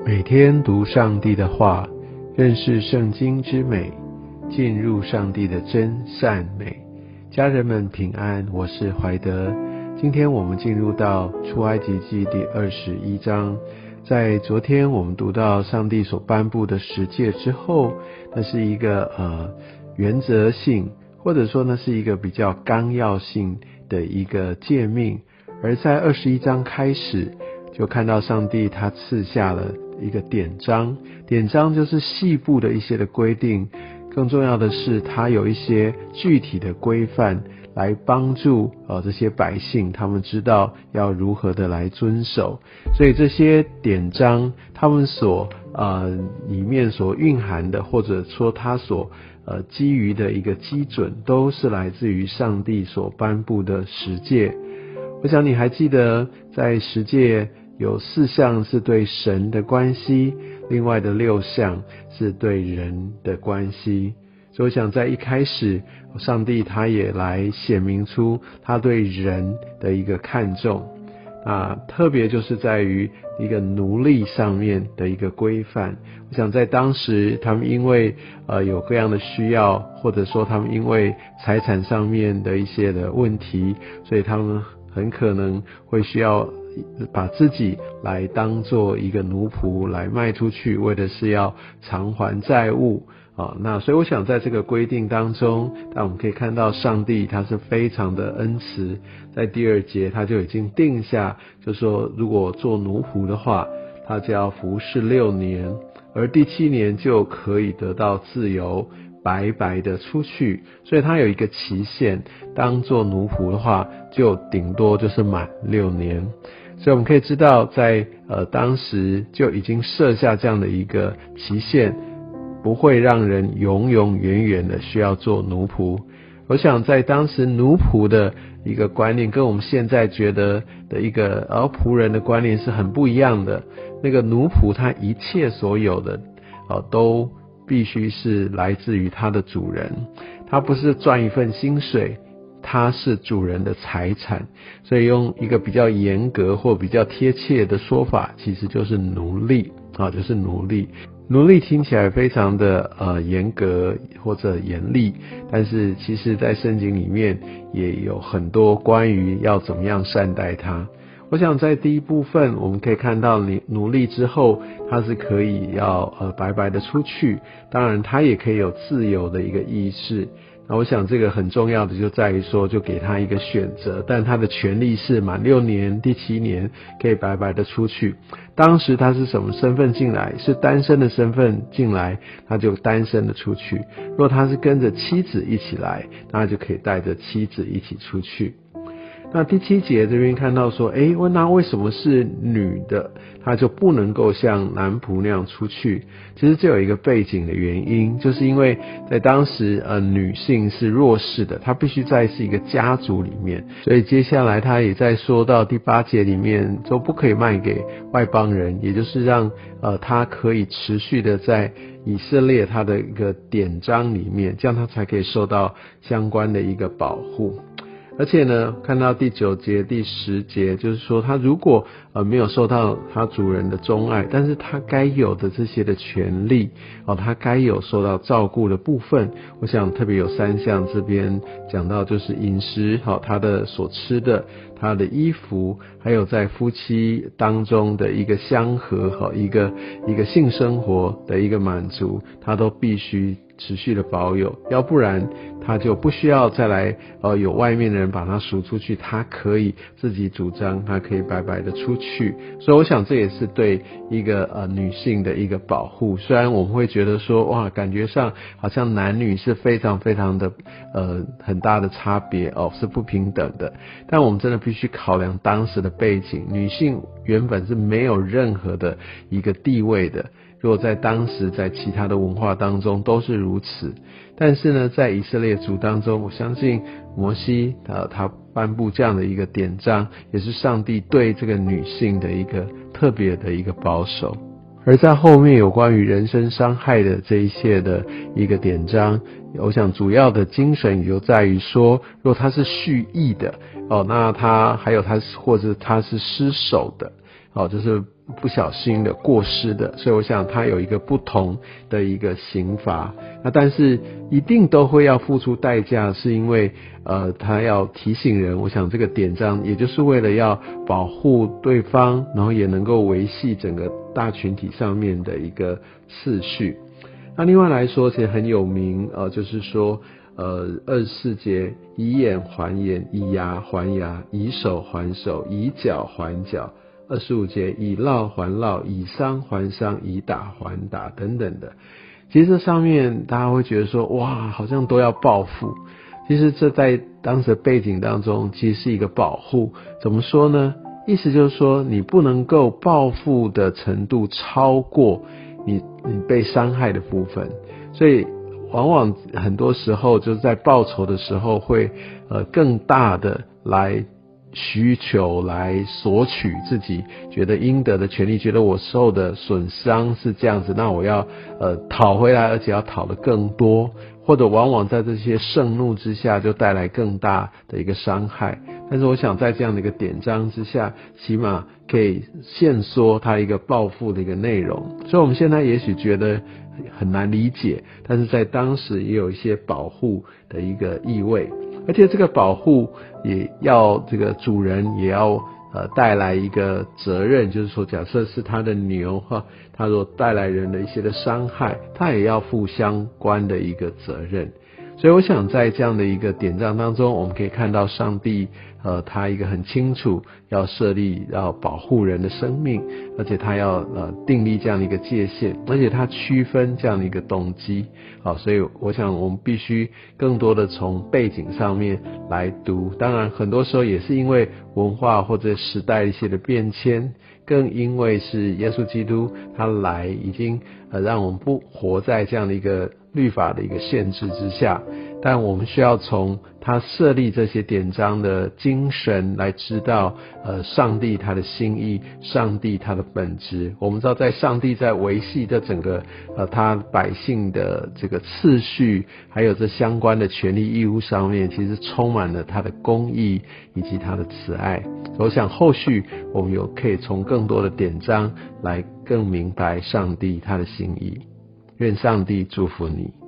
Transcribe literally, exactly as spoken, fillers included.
每天读上帝的话，认识圣经之美，进入上帝的真善美。家人们平安，我是怀德。今天我们进入到出埃及记第二十一章。在昨天我们读到上帝所颁布的十诫之后，那是一个呃原则性，或者说那是一个比较纲要性的一个诫命。而在二十一章开始，就看到上帝他赐下了一个典章，典章就是细部的一些的规定，更重要的是他有一些具体的规范来帮助呃这些百姓，他们知道要如何的来遵守。所以这些典章他们所呃里面所蕴含的，或者说他所呃基于的一个基准，都是来自于上帝所颁布的十诫。我想你还记得在十诫有四项是对神的关系，另外的六项是对人的关系。所以我想在一开始，上帝他也来显明出他对人的一个看重啊，特别就是在于一个奴隶上面的一个规范。我想在当时他们因为呃有各样的需要，或者说他们因为财产上面的一些的问题，所以他们很可能会需要把自己来当做一个奴仆来卖出去，为的是要偿还债务啊。那所以我想在这个规定当中，但我们可以看到上帝他是非常的恩慈，在第二节他就已经定下，就说如果做奴仆的话，他就要服侍六年，而第七年就可以得到自由，白白的出去。所以他有一个期限，当做奴仆的话就顶多就是满六年。所以我们可以知道在呃当时就已经设下这样的一个期限，不会让人永永远远的需要做奴仆。我想在当时奴仆的一个观念跟我们现在觉得的一个而、呃、仆人的观念是很不一样的。那个奴仆他一切所有的呃都必须是来自于他的主人，他不是赚一份薪水，他是主人的财产。所以用一个比较严格或比较贴切的说法，其实就是奴隶啊，就是奴隶。奴隶听起来非常的呃严格或者严厉，但是其实在圣经里面也有很多关于要怎么样善待他。我想在第一部分我们可以看到你奴隶之后，他是可以要呃白白的出去，当然他也可以有自由的一个意识。那我想这个很重要的就在于说，就给他一个选择，但他的权利是满六年，第七年可以白白的出去。当时他是什么身份进来？是单身的身份进来，他就单身的出去。如果他是跟着妻子一起来，那他就可以带着妻子一起出去。那第七节这边看到说，诶，问他为什么是女的，她就不能够像男仆那样出去？其实这有一个背景的原因，就是因为在当时呃女性是弱势的，她必须在是一个家族里面，所以接下来他也在说到第八节里面，就不可以卖给外邦人，也就是让呃她可以持续的在以色列他的一个典章里面，这样他才可以受到相关的一个保护。而且呢，看到第九节、第十节，就是说他如果呃没有受到他主人的钟爱，但是他该有的这些的权利哦，他该有受到照顾的部分，我想特别有三项，这边讲到就是饮食，好、哦，他的所吃的，他的衣服，还有在夫妻当中的一个相合，好、哦，一个一个性生活的一个满足，他都必须持续的保有，要不然他就不需要再来呃有外面的人把他赎出去，他可以自己主张，他可以白白的出去。所以我想这也是对一个呃女性的一个保护。虽然我们会觉得说哇，感觉上好像男女是非常非常的呃很大的差别哦，是不平等的，但我们真的必须考量当时的背景，女性原本是没有任何的一个地位的。如果在当时在其他的文化当中都是如此，但是呢在以色列族当中，我相信摩西呃他颁布这样的一个典章，也是上帝对这个女性的一个特别的一个保守。而在后面有关于人身伤害的这一些的一个典章，我想主要的精神也就在于说，如果他是蓄意的哦，那他还有他或者他是失手的哦，就是不小心的过失的，所以我想他有一个不同的一个刑罚。那但是一定都会要付出代价，是因为呃他要提醒人，我想这个典章也就是为了要保护对方，然后也能够维系整个大群体上面的一个次序。那另外来说，其实很有名，呃，就是说，呃，二十四节以眼还眼，以牙还牙，以手还手，以脚还脚。二十五节以烙还烙，以伤还伤，以打还打等等的。其实这上面大家会觉得说，哇，好像都要报复。其实这在当时的背景当中，其实是一个保护。怎么说呢？意思就是说，你不能够报复的程度超过你你被伤害的部分，所以往往很多时候就是在报仇的时候会呃更大的来需求来索取自己觉得应得的权利，觉得我受的损伤是这样子，那我要呃讨回来，而且要讨得更多，或者往往在这些盛怒之下就带来更大的一个伤害。但是我想在这样的一个典章之下，起码可以限缩它一个报复的一个内容，所以我们现在也许觉得很难理解，但是在当时也有一些保护的一个意味，而且这个保护也要这个主人也要呃带来一个责任，就是说假设是他的牛哈，他若带来人的一些的伤害，他也要负相关的一个责任。所以我想在这样的一个典章当中，我们可以看到上帝呃他一个很清楚要设立要保护人的生命，而且他要呃订立这样的一个界限，而且他区分这样的一个动机。好，所以我想我们必须更多的从背景上面来读，当然很多时候也是因为文化或者时代一些的变迁，更因为是耶稣基督他来已经呃让我们不活在这样的一个律法的一个限制之下，但我们需要从他设立这些典章的精神来知道呃上帝他的心意，上帝他的本质。我们知道在上帝在维系这整个呃他百姓的这个次序，还有这相关的权利义务上面，其实充满了他的公义以及他的慈爱。我想后续我们有可以从更多的典章来更明白上帝他的心意。愿上帝祝福你。